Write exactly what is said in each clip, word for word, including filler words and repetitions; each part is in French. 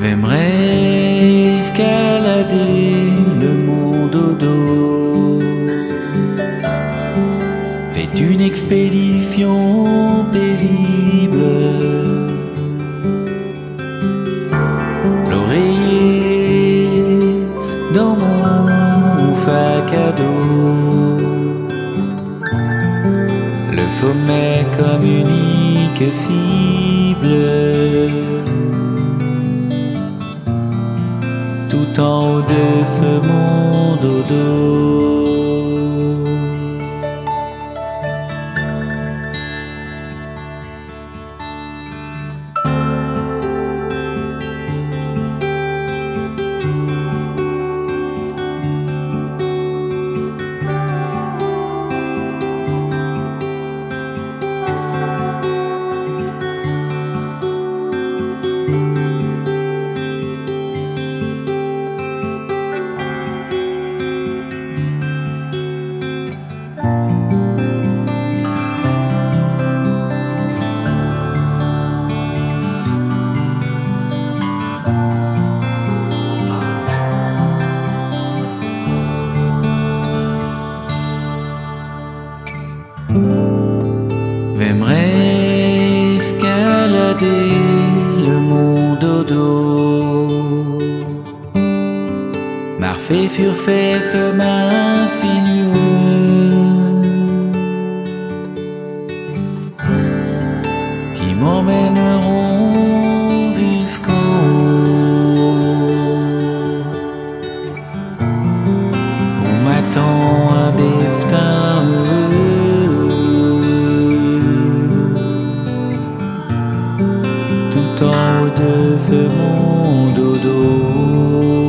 J'aimerais escalader le monde au dos, fait une expédition paisible, l'oreiller dans mon sac à dos, le sommet comme unique cible, tout en haut de ce monde au dos. J'aimerais escalader le monde au dos, marcher sur ces chemins sinueux qui m'emmèneront jusqu'en haut, où m'attend un destin heureux. En haut de ce monde au dos.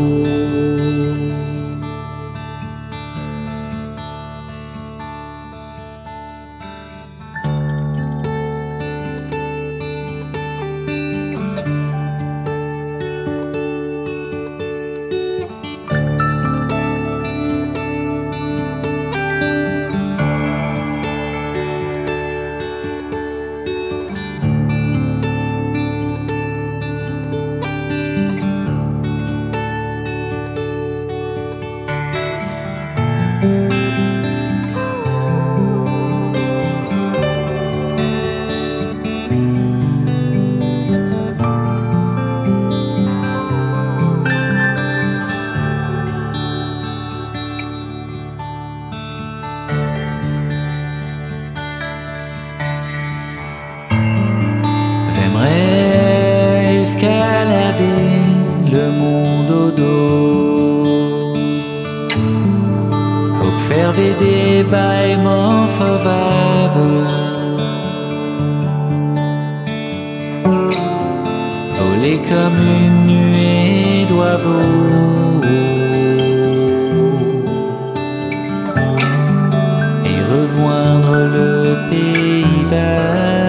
J'aimerais escalader le monde au dos, observer des bâillements sauvages, voler comme une nuée d'oiseaux et rejoindre le paysage.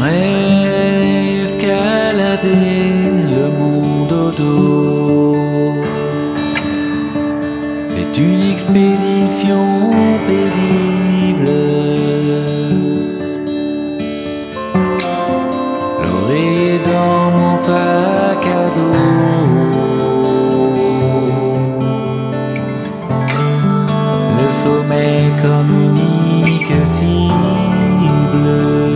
J'aimerais escalader le monde au dos, cette unique expédition paisible. L'oreiller dans mon sac à dos, le sommeil comme unique cible.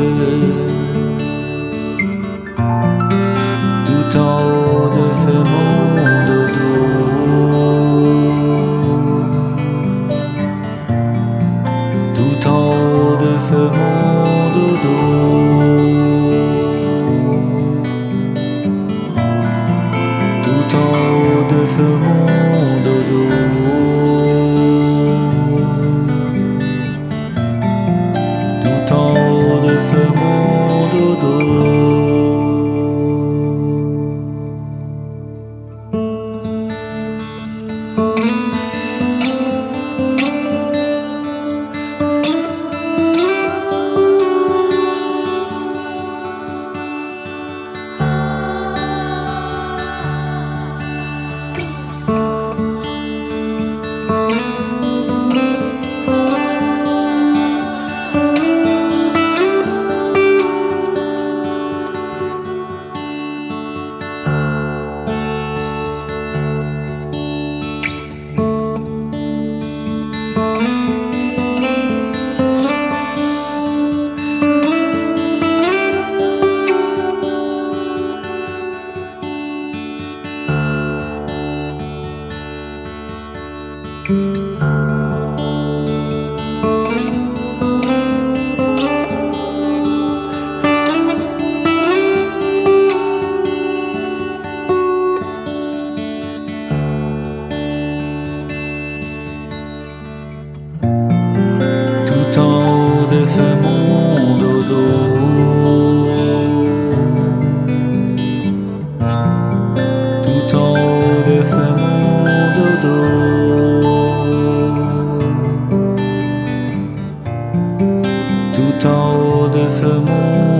Tout en haut de ce monde au dos, tout en haut de ce monde au dos, tout en haut de ce monde au dos, tout en haut de ce monde au dos. Tout en haut de ce monde au dos, tout en haut de ce monde au dos, tout en haut de ce monde.